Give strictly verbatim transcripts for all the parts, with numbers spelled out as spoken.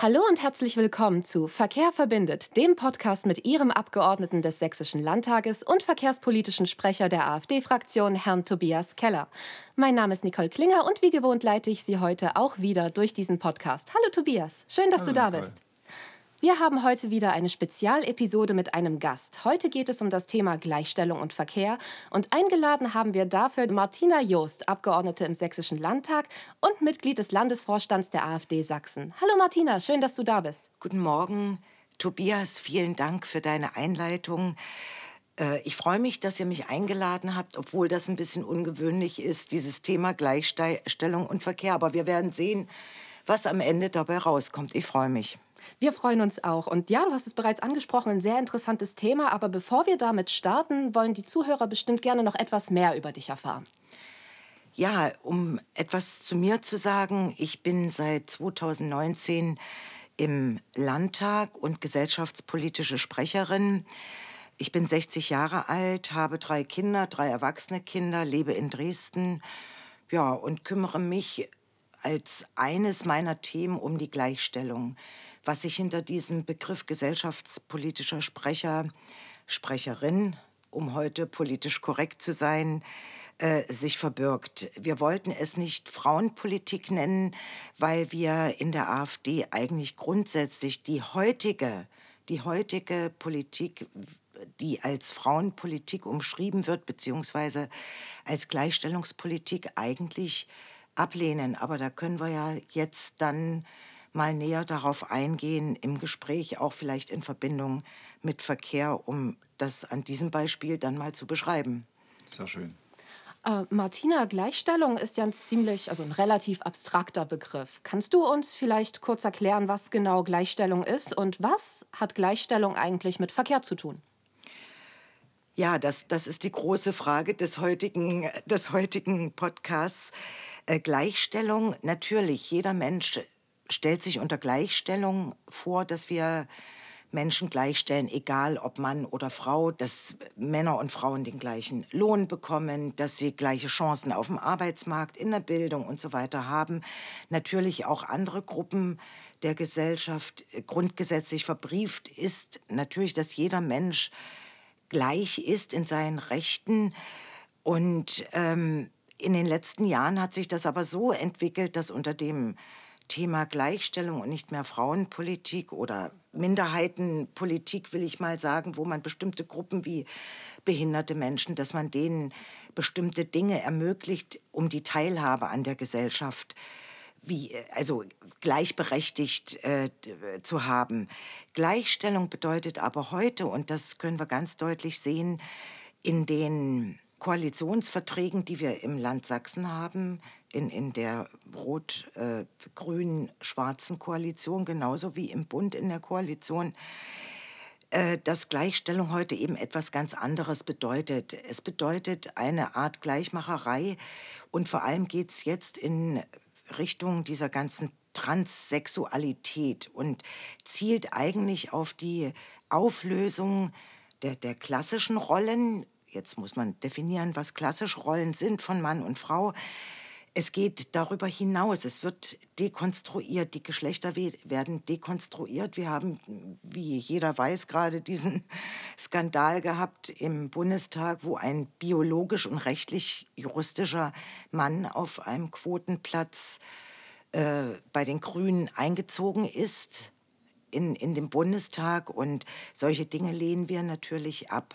Hallo und herzlich willkommen zu Verkehr verbindet, dem Podcast mit Ihrem Abgeordneten des Sächsischen Landtages und verkehrspolitischen Sprecher der AfD-Fraktion, Herrn Tobias Keller. Mein Name ist Nicole Klinger und wie gewohnt leite ich Sie heute auch wieder durch diesen Podcast. Hallo Tobias, schön, dass Hallo du da Nicole. bist. Wir haben heute wieder eine Spezialepisode mit einem Gast. Heute geht es um das Thema Gleichstellung und Verkehr. Und eingeladen haben wir dafür Martina Joost, Abgeordnete im Sächsischen Landtag und Mitglied des Landesvorstands der AfD Sachsen. Hallo Martina, schön, dass du da bist. Guten Morgen, Tobias, vielen Dank für deine Einleitung. Äh, ich freue mich, dass ihr mich eingeladen habt, obwohl das ein bisschen ungewöhnlich ist, dieses Thema Gleichstellung und Verkehr. Aber wir werden sehen, was am Ende dabei rauskommt. Ich freue mich. Wir freuen uns auch. Und ja, du hast es bereits angesprochen, ein sehr interessantes Thema. Aber bevor wir damit starten, wollen die Zuhörer bestimmt gerne noch etwas mehr über dich erfahren. Ja, um etwas zu mir zu sagen, ich bin seit zweitausendneunzehn im Landtag und gesellschaftspolitische Sprecherin. Ich bin sechzig Jahre alt, habe drei Kinder, drei erwachsene Kinder, lebe in Dresden, ja, und kümmere mich als eines meiner Themen um die Gleichstellung. Was sich hinter diesem Begriff gesellschaftspolitischer Sprecher, Sprecherin, um heute politisch korrekt zu sein, äh, sich verbirgt. Wir wollten es nicht Frauenpolitik nennen, weil wir in der AfD eigentlich grundsätzlich die heutige, die heutige Politik, die als Frauenpolitik umschrieben wird, beziehungsweise als Gleichstellungspolitik eigentlich ablehnen. Aber da können wir ja jetzt dann mal näher darauf eingehen, im Gespräch, auch vielleicht in Verbindung mit Verkehr, um das an diesem Beispiel dann mal zu beschreiben. Sehr schön. Äh, Martina, Gleichstellung ist ja ein ziemlich, also ein relativ abstrakter Begriff. Kannst du uns vielleicht kurz erklären, was genau Gleichstellung ist und was hat Gleichstellung eigentlich mit Verkehr zu tun? Ja, das, das ist die große Frage des heutigen, des heutigen Podcasts. Äh, Gleichstellung, natürlich, jeder Mensch stellt sich unter Gleichstellung vor, dass wir Menschen gleichstellen, egal ob Mann oder Frau, dass Männer und Frauen den gleichen Lohn bekommen, dass sie gleiche Chancen auf dem Arbeitsmarkt, in der Bildung und so weiter haben. Natürlich auch andere Gruppen der Gesellschaft grundgesetzlich verbrieft ist natürlich, dass jeder Mensch gleich ist in seinen Rechten. Und ähm, in den letzten Jahren hat sich das aber so entwickelt, dass unter dem Thema Gleichstellung und nicht mehr Frauenpolitik oder Minderheitenpolitik, will ich mal sagen, wo man bestimmte Gruppen wie behinderte Menschen, dass man denen bestimmte Dinge ermöglicht, um die Teilhabe an der Gesellschaft wie, also gleichberechtigt äh, zu haben. Gleichstellung bedeutet aber heute, und das können wir ganz deutlich sehen, in den Koalitionsverträgen, die wir im Land Sachsen haben, in, in der rot-grün-schwarzen Koalition, genauso wie im Bund in der Koalition, äh, dass Gleichstellung heute eben etwas ganz anderes bedeutet. Es bedeutet eine Art Gleichmacherei und vor allem geht es jetzt in Richtung dieser ganzen Transsexualität und zielt eigentlich auf die Auflösung der, der klassischen Rollen. Jetzt muss man definieren, was klassische Rollen sind von Mann und Frau. Es geht darüber hinaus, es wird dekonstruiert, die Geschlechter werden dekonstruiert. Wir haben, wie jeder weiß, gerade diesen Skandal gehabt im Bundestag, wo ein biologisch und rechtlich juristischer Mann auf einem Quotenplatz äh, bei den Grünen eingezogen ist in, in den Bundestag. Und solche Dinge lehnen wir natürlich ab.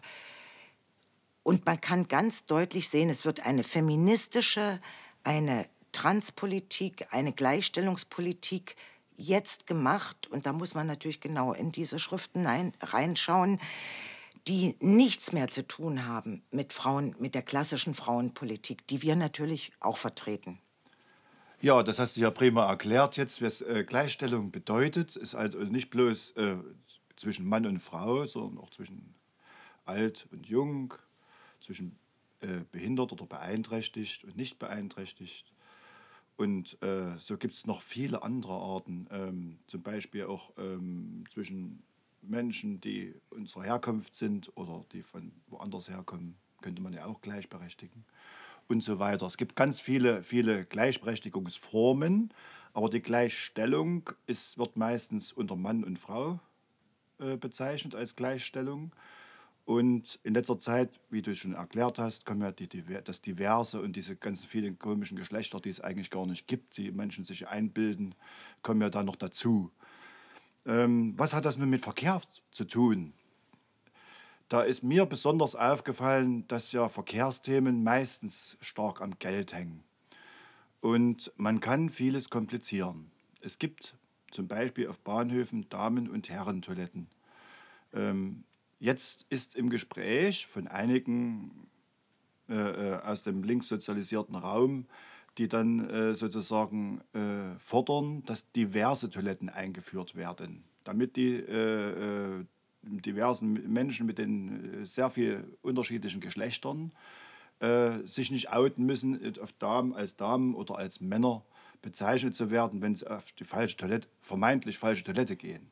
Und man kann ganz deutlich sehen, es wird eine feministische, eine Transpolitik, eine Gleichstellungspolitik jetzt gemacht. Und da muss man natürlich genau in diese Schriften rein, reinschauen, die nichts mehr zu tun haben mit Frauen, mit der klassischen Frauenpolitik, die wir natürlich auch vertreten. Ja, das hast du ja prima erklärt jetzt, was äh, Gleichstellung bedeutet. Ist also nicht bloß äh, zwischen Mann und Frau, sondern auch zwischen alt und jung, zwischen äh, behindert oder beeinträchtigt und nicht beeinträchtigt. Und äh, so gibt es noch viele andere Arten, ähm, zum Beispiel auch ähm, zwischen Menschen, die unserer Herkunft sind oder die von woanders herkommen. könnte man ja auch gleichberechtigen und so weiter. Es gibt ganz viele, viele Gleichberechtigungsformen, aber die Gleichstellung ist, wird meistens unter Mann und Frau äh, bezeichnet als Gleichstellung. Und in letzter Zeit, wie du es schon erklärt hast, kommen ja die, das Diverse und diese ganzen vielen komischen Geschlechter, die es eigentlich gar nicht gibt, die Menschen sich einbilden, kommen ja da noch dazu. Ähm, was hat das nun mit Verkehr zu tun? Da ist mir besonders aufgefallen, dass ja Verkehrsthemen meistens stark am Geld hängen. Und man kann vieles komplizieren. Es gibt zum Beispiel auf Bahnhöfen Damen- und Herrentoiletten. Ähm, jetzt ist im Gespräch von einigen äh, äh, aus dem linkssozialisierten Raum, die dann äh, sozusagen äh, fordern, dass diverse Toiletten eingeführt werden, damit die äh, äh, diversen Menschen mit den äh, sehr viel unterschiedlichen Geschlechtern äh, sich nicht outen müssen, äh, auf Damen, als Damen oder als Männer bezeichnet zu werden, wenn sie auf die falsche Toilette, vermeintlich falsche Toilette gehen.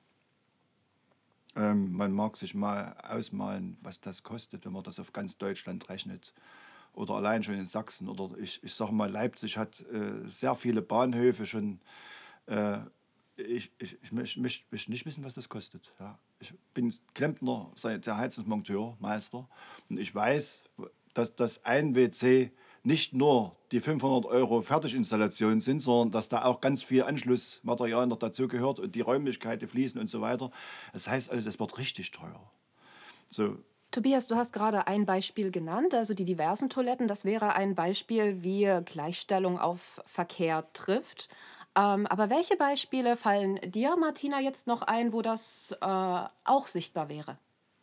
Ähm, man mag sich mal ausmalen, was das kostet, wenn man das auf ganz Deutschland rechnet. Oder allein schon in Sachsen. Oder ich, ich sage mal, Leipzig hat äh, sehr viele Bahnhöfe schon. Äh, ich ich, ich möchte möcht, möcht nicht wissen, was das kostet. Ja. Ich bin Klempner, der Heizungsmonteur, Meister. Und ich weiß, dass das ein W C nicht nur die fünfhundert Euro Fertiginstallation sind, sondern dass da auch ganz viel Anschlussmaterial noch dazu gehört und die Räumlichkeiten fließen und so weiter. Das heißt also, das wird richtig teuer. So. Tobias, du hast gerade ein Beispiel genannt, also die diversen Toiletten. Das wäre ein Beispiel, wie Gleichstellung auf Verkehr trifft. Ähm, aber welche Beispiele fallen dir, Martina, jetzt noch ein, wo das äh, auch sichtbar wäre?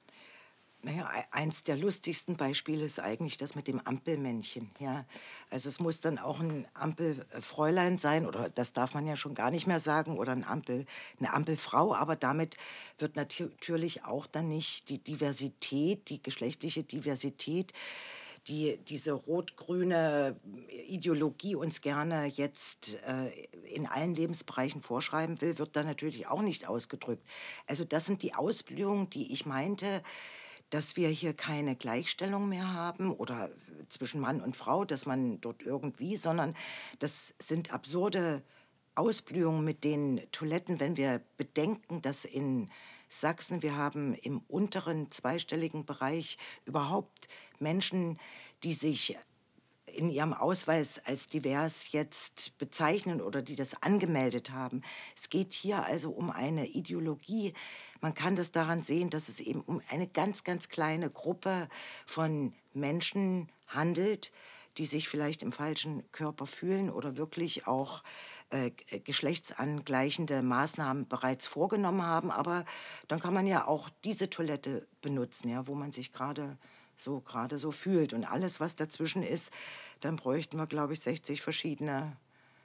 Naja, e- eins der lustigsten Beispiele ist eigentlich das mit dem Ampelmännchen. Ja? Also es muss dann auch ein Ampelfräulein sein, oder das darf man ja schon gar nicht mehr sagen, oder ein Ampel, eine Ampelfrau, aber damit wird natürlich auch dann nicht die Diversität, die geschlechtliche Diversität, die diese rot-grüne Ideologie uns gerne jetzt äh, in allen Lebensbereichen vorschreiben will, wird dann natürlich auch nicht ausgedrückt. Also das sind die Ausblühungen, die ich meinte, dass wir hier keine Gleichstellung mehr haben oder zwischen Mann und Frau, dass man dort irgendwie, sondern das sind absurde Ausblühungen mit den Toiletten, wenn wir bedenken, dass in Sachsen wir haben im unteren zweistelligen Bereich überhaupt Menschen, die sich in ihrem Ausweis als divers jetzt bezeichnen oder die das angemeldet haben. Es geht hier also um eine Ideologie. Man kann das daran sehen, dass es eben um eine ganz, ganz kleine Gruppe von Menschen handelt, die sich vielleicht im falschen Körper fühlen oder wirklich auch äh, geschlechtsangleichende Maßnahmen bereits vorgenommen haben. Aber dann kann man ja auch diese Toilette benutzen, ja, wo man sich gerade so gerade so fühlt. Und alles, was dazwischen ist, dann bräuchten wir, glaube ich, sechzig verschiedene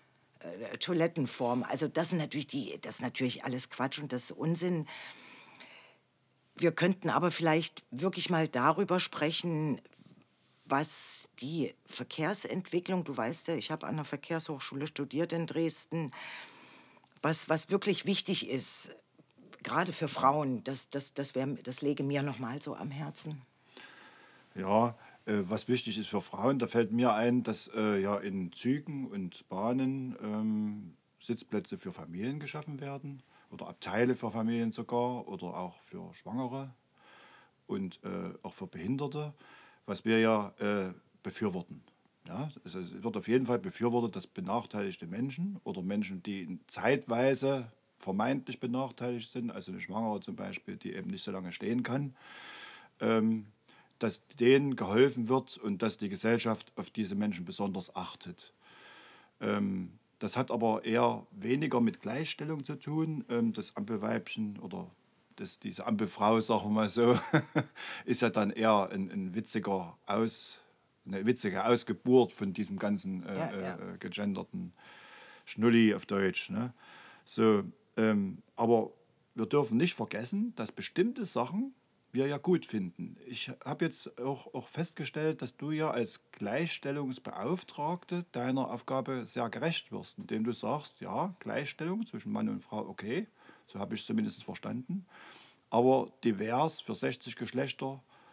äh, Toilettenformen. Also das sind natürlich die, das ist natürlich alles Quatsch und das ist Unsinn. Wir könnten aber vielleicht wirklich mal darüber sprechen, was die Verkehrsentwicklung, du weißt ja, ich habe an der Verkehrshochschule studiert in Dresden, was, was wirklich wichtig ist, gerade für Frauen, das, das, das, wär, das lege mir noch mal so am Herzen. Ja, äh, was wichtig ist für Frauen, da fällt mir ein, dass äh, ja in Zügen und Bahnen ähm, Sitzplätze für Familien geschaffen werden oder Abteile für Familien sogar oder auch für Schwangere und äh, auch für Behinderte, was wir ja äh, befürworten. Ja, also es wird auf jeden Fall befürwortet, dass benachteiligte Menschen oder Menschen, die zeitweise vermeintlich benachteiligt sind, also eine Schwangere zum Beispiel, die eben nicht so lange stehen kann, ähm, dass denen geholfen wird und dass die Gesellschaft auf diese Menschen besonders achtet. Ähm, das hat aber eher weniger mit Gleichstellung zu tun. Ähm, das Ampelweibchen oder das, diese Ampelfrau, sagen wir mal so, ist ja dann eher ein, ein witziger Aus, eine witzige Ausgeburt von diesem ganzen äh, Ja, ja. äh, gegenderten Schnulli auf Deutsch. Ne? So, ähm, aber wir dürfen nicht vergessen, dass bestimmte Sachen wir ja gut finden. Ich habe jetzt auch, auch festgestellt, dass du ja als Gleichstellungsbeauftragte deiner Aufgabe sehr gerecht wirst, indem du sagst, ja, Gleichstellung zwischen Mann und Frau, okay, so habe ich es zumindest verstanden, aber divers für sechzig Geschlechter,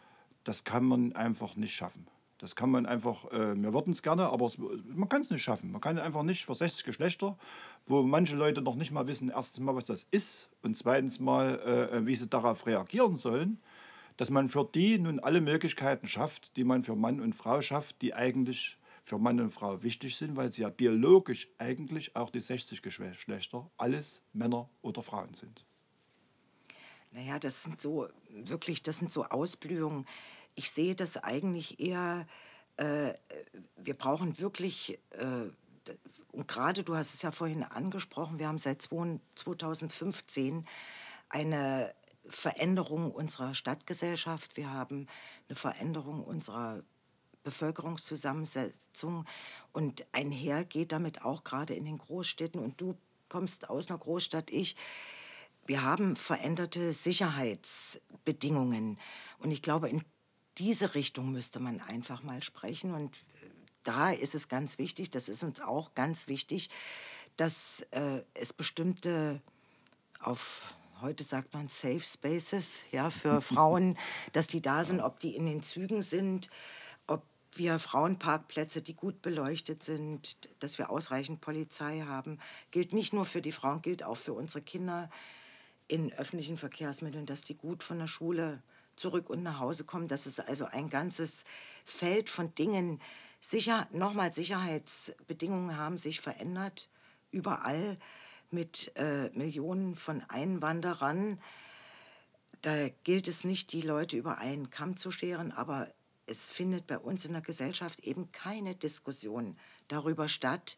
das kann man einfach nicht schaffen. Das kann man einfach, äh, wir würden es gerne, aber es, man kann es nicht schaffen. Man kann einfach nicht für sechzig Geschlechter, wo manche Leute noch nicht mal wissen, erstens mal, was das ist und zweitens mal, äh, wie sie darauf reagieren sollen, dass man für die nun alle Möglichkeiten schafft, die man für Mann und Frau schafft, die eigentlich für Mann und Frau wichtig sind, weil sie ja biologisch eigentlich auch die sechzig Geschlechter alles Männer oder Frauen sind. Naja, das sind so wirklich, das sind so Ausblühungen. Ich sehe das eigentlich eher, äh, wir brauchen wirklich, äh, d- und gerade du hast es ja vorhin angesprochen, wir haben seit zwanzig fünfzehn eine Veränderung unserer Stadtgesellschaft, wir haben eine Veränderung unserer Bevölkerungszusammensetzung und einher geht damit auch gerade in den Großstädten. Und du kommst aus einer Großstadt, ich. Wir haben veränderte Sicherheitsbedingungen. Und ich glaube, in diese Richtung müsste man einfach mal sprechen. Und äh, da ist es ganz wichtig, das ist uns auch ganz wichtig, dass äh, es bestimmte auf, heute sagt man Safe Spaces, ja, für Frauen, dass die da sind, ob die in den Zügen sind, ob wir Frauenparkplätze, die gut beleuchtet sind, dass wir ausreichend Polizei haben, gilt nicht nur für die Frauen, gilt auch für unsere Kinder in öffentlichen Verkehrsmitteln, dass die gut von der Schule zurück und nach Hause kommen. Das ist also ein ganzes Feld von Dingen. Sicher, nochmal, Sicherheitsbedingungen haben sich verändert, überall mit äh, Millionen von Einwanderern. Da gilt es nicht, die Leute über einen Kamm zu scheren, aber es findet bei uns in der Gesellschaft eben keine Diskussion darüber statt,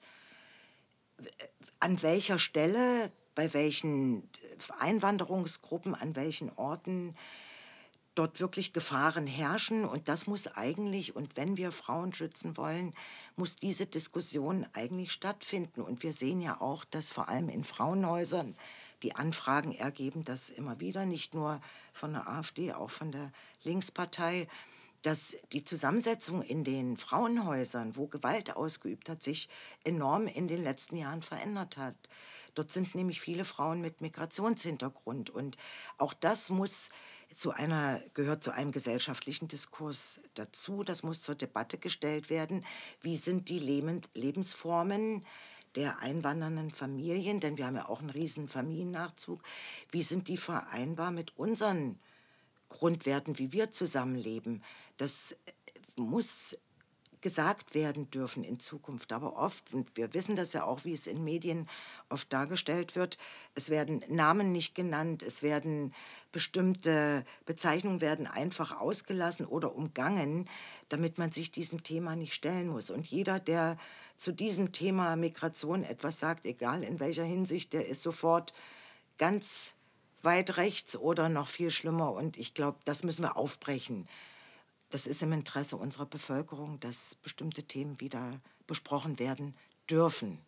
an welcher Stelle, bei welchen Einwanderungsgruppen, an welchen Orten dort wirklich Gefahren herrschen. Und das muss eigentlich, und wenn wir Frauen schützen wollen, muss diese Diskussion eigentlich stattfinden. Und wir sehen ja auch, dass vor allem in Frauenhäusern die Anfragen ergeben, das immer wieder, nicht nur von der AfD, auch von der Linkspartei, dass die Zusammensetzung in den Frauenhäusern, wo Gewalt ausgeübt hat, sich enorm in den letzten Jahren verändert hat. Dort sind nämlich viele Frauen mit Migrationshintergrund. Und auch das muss zu einer, gehört zu einem gesellschaftlichen Diskurs dazu. Das muss zur Debatte gestellt werden. Wie sind die Leben, Lebensformen der einwandernden Familien? Denn wir haben ja auch einen riesen Familiennachzug. Wie sind die vereinbar mit unseren Grundwerten, wie wir zusammenleben? Das muss gesagt werden dürfen in Zukunft. Aber oft, und wir wissen das ja auch, wie es in Medien oft dargestellt wird, es werden Namen nicht genannt, es werden bestimmte Bezeichnungen werden einfach ausgelassen oder umgangen, damit man sich diesem Thema nicht stellen muss. Und jeder, der zu diesem Thema Migration etwas sagt, egal in welcher Hinsicht, der ist sofort ganz weit rechts oder noch viel schlimmer. Und ich glaube, das müssen wir aufbrechen. Das ist im Interesse unserer Bevölkerung, dass bestimmte Themen wieder besprochen werden dürfen.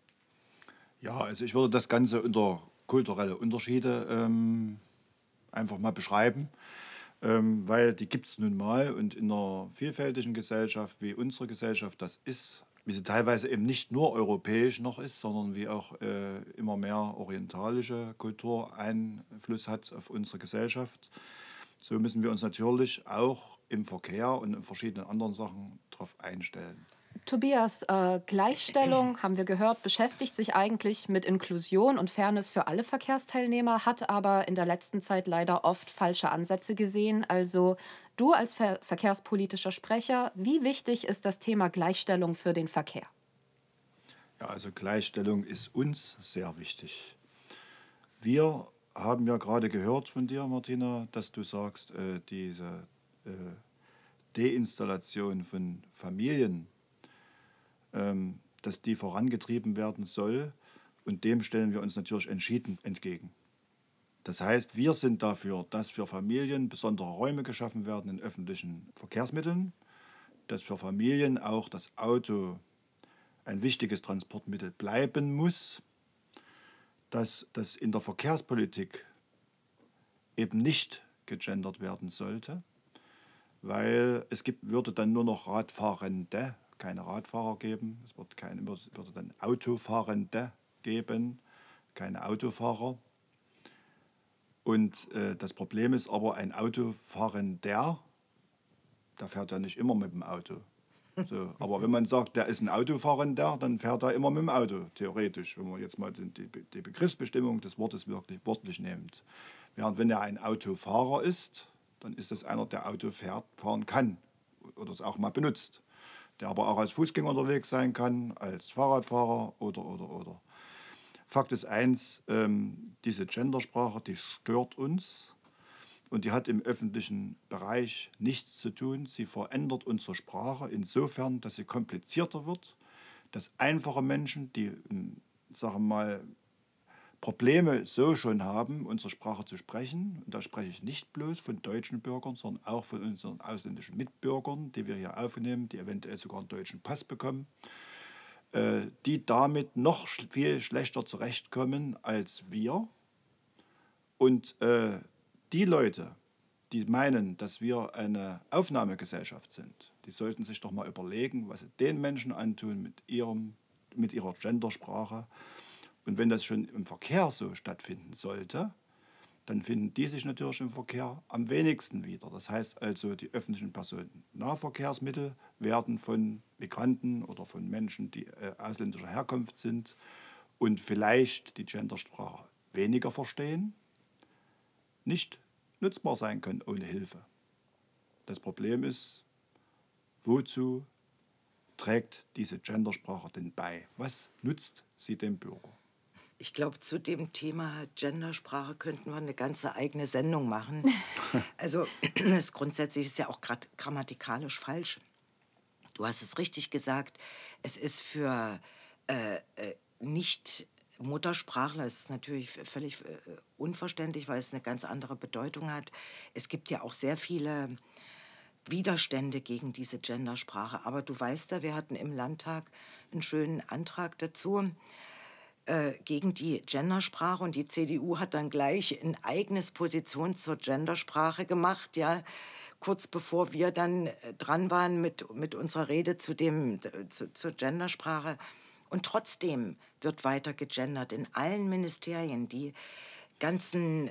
Ja, also ich würde das Ganze unter kulturelle Unterschiede ähm, einfach mal beschreiben, ähm, weil die gibt es nun mal und in einer vielfältigen Gesellschaft, wie unsere Gesellschaft das ist, wie sie teilweise eben nicht nur europäisch noch ist, sondern wie auch äh, immer mehr orientalische Kultur Einfluss hat auf unsere Gesellschaft. So müssen wir uns natürlich auch im Verkehr und in verschiedenen anderen Sachen darauf einstellen. Tobias, äh, Gleichstellung, haben wir gehört, beschäftigt sich eigentlich mit Inklusion und Fairness für alle Verkehrsteilnehmer, hat aber in der letzten Zeit leider oft falsche Ansätze gesehen. Also du als ver verkehrspolitischer Sprecher, wie wichtig ist das Thema Gleichstellung für den Verkehr? Ja, also Gleichstellung ist uns sehr wichtig. Wir haben ja gerade gehört von dir, Martina, dass du sagst, äh, diese äh, Deinstallation von Familien, ähm, dass die vorangetrieben werden soll. Und dem stellen wir uns natürlich entschieden entgegen. Das heißt, wir sind dafür, dass für Familien besondere Räume geschaffen werden in öffentlichen Verkehrsmitteln, dass für Familien auch das Auto ein wichtiges Transportmittel bleiben muss, dass das in der Verkehrspolitik eben nicht gegendert werden sollte, weil es gibt, würde dann nur noch Radfahrende, keine Radfahrer geben, es wird keine, würde dann Autofahrende geben, keine Autofahrer. Und äh, das Problem ist aber, ein Autofahrender, der fährt ja nicht immer mit dem Auto. So, aber wenn man sagt, der ist ein Autofahrender, dann fährt er immer mit dem Auto, theoretisch, wenn man jetzt mal die, die, die Begriffsbestimmung des Wortes wirklich wörtlich nimmt. Während wenn er ein Autofahrer ist, dann ist das einer, der Auto fährt, fahren kann oder es auch mal benutzt. Der aber auch als Fußgänger unterwegs sein kann, als Fahrradfahrer oder, oder, oder. Fakt ist eins, ähm, diese Gendersprache, die stört uns. Und die hat im öffentlichen Bereich nichts zu tun. Sie verändert unsere Sprache insofern, dass sie komplizierter wird, dass einfache Menschen, die, sagen wir mal, Probleme so schon haben, unsere Sprache zu sprechen, und da spreche ich nicht bloß von deutschen Bürgern, sondern auch von unseren ausländischen Mitbürgern, die wir hier aufnehmen, die eventuell sogar einen deutschen Pass bekommen, äh, die damit noch viel schlechter zurechtkommen als wir. Und äh, die Leute, die meinen, dass wir eine Aufnahmegesellschaft sind, die sollten sich doch mal überlegen, was sie den Menschen antun mit, ihrem, mit ihrer Gendersprache. Und wenn das schon im Verkehr so stattfinden sollte, dann finden die sich natürlich im Verkehr am wenigsten wieder. Das heißt also, die öffentlichen Personennahverkehrsmittel werden von Migranten oder von Menschen, die äh, ausländischer Herkunft sind und vielleicht die Gendersprache weniger verstehen, nicht nutzbar sein können ohne Hilfe. Das Problem ist, wozu trägt diese Gendersprache denn bei? Was nutzt sie dem Bürger? Ich glaube, zu dem Thema Gendersprache könnten wir eine ganze eigene Sendung machen. Also es grundsätzlich ist ja auch gerade grammatikalisch falsch. Du hast es richtig gesagt, es ist für äh, äh, nicht Muttersprachler ist natürlich völlig äh, unverständlich, weil es eine ganz andere Bedeutung hat. Es gibt ja auch sehr viele Widerstände gegen diese Gendersprache. Aber du weißt ja, wir hatten im Landtag einen schönen Antrag dazu äh, gegen die Gendersprache. Und die C D U hat dann gleich ein eigenes Position zur Gendersprache gemacht, ja, kurz bevor wir dann äh, dran waren mit, mit unserer Rede zu dem, zu, zur Gendersprache. Und trotzdem wird weiter gegendert in allen Ministerien. Die ganzen,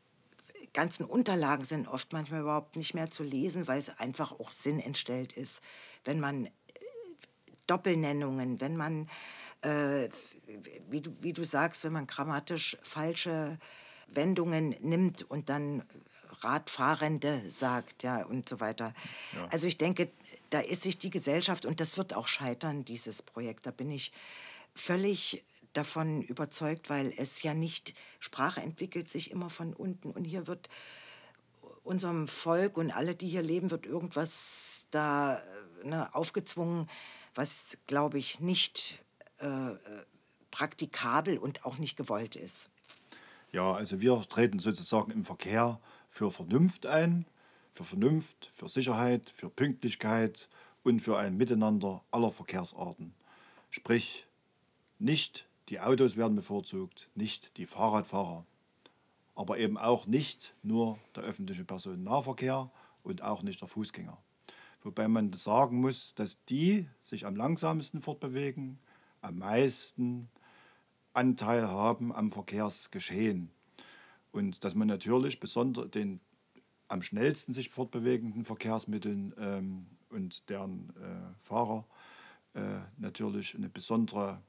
ganzen Unterlagen sind oft manchmal überhaupt nicht mehr zu lesen, weil es einfach auch sinnentstellt ist. Wenn man äh, Doppelnennungen, wenn man, äh, wie, du, wie du sagst, wenn man grammatisch falsche Wendungen nimmt und dann Radfahrende sagt, ja, und so weiter. Ja. Also ich denke, da ist sich die Gesellschaft, und das wird auch scheitern, dieses Projekt, da bin ich völlig davon überzeugt, weil es ja nicht, Sprache entwickelt sich immer von unten und hier wird unserem Volk und alle, die hier leben, wird irgendwas da ne, aufgezwungen, was, glaube ich, nicht äh, praktikabel und auch nicht gewollt ist. Ja, also wir treten sozusagen im Verkehr für Vernunft ein, für Vernunft, für Sicherheit, für Pünktlichkeit und für ein Miteinander aller Verkehrsarten. Sprich, nicht die Autos werden bevorzugt, nicht die Fahrradfahrer, aber eben auch nicht nur der öffentliche Personennahverkehr und auch nicht der Fußgänger. Wobei man sagen muss, dass die sich am langsamsten fortbewegen, am meisten Anteil haben am Verkehrsgeschehen. Und dass man natürlich besonders den am schnellsten sich fortbewegenden Verkehrsmitteln ähm, und deren äh, Fahrer äh, natürlich eine besondere,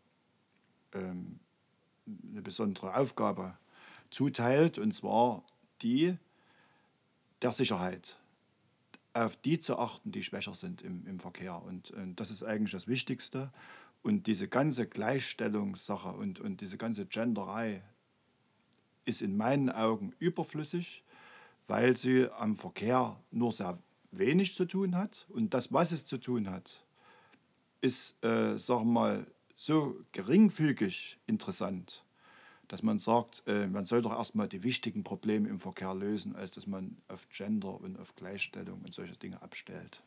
ähm, eine besondere Aufgabe zuteilt, und zwar die der Sicherheit. Auf die zu achten, die schwächer sind im, im Verkehr. Und, und das ist eigentlich das Wichtigste. Und diese ganze Gleichstellungssache und, und diese ganze Genderei ist in meinen Augen überflüssig, weil sie am Verkehr nur sehr wenig zu tun hat. Und das, was es zu tun hat, ist, äh, sagen wir mal, so geringfügig interessant, dass man sagt, äh, man soll doch erstmal die wichtigen Probleme im Verkehr lösen, als dass man auf Gender und auf Gleichstellung und solche Dinge abstellt.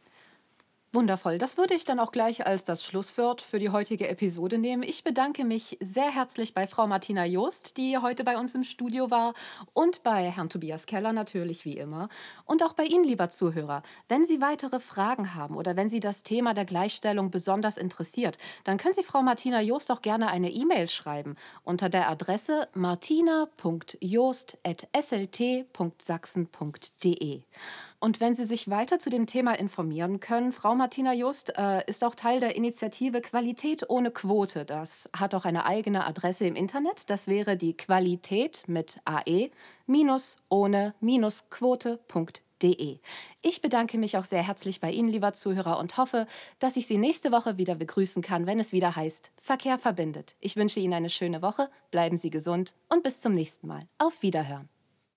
Wundervoll. Das würde ich dann auch gleich als das Schlusswort für die heutige Episode nehmen. Ich bedanke mich sehr herzlich bei Frau Martina Joost, die heute bei uns im Studio war, und bei Herrn Tobias Keller natürlich wie immer. Und auch bei Ihnen, lieber Zuhörer. Wenn Sie weitere Fragen haben oder wenn Sie das Thema der Gleichstellung besonders interessiert, dann können Sie Frau Martina Joost auch gerne eine E-Mail schreiben unter der Adresse martina punkt joost at s l t punkt sachsen punkt d e. Und wenn Sie sich weiter zu dem Thema informieren können, Frau Martina Just äh, ist auch Teil der Initiative Qualität ohne Quote. Das hat auch eine eigene Adresse im Internet. Das wäre die Qualität mit A E minus ohne minus Quote Punkt de. Ich bedanke mich auch sehr herzlich bei Ihnen, lieber Zuhörer, und hoffe, dass ich Sie nächste Woche wieder begrüßen kann, wenn es wieder heißt Verkehr verbindet. Ich wünsche Ihnen eine schöne Woche, bleiben Sie gesund und bis zum nächsten Mal. Auf Wiederhören.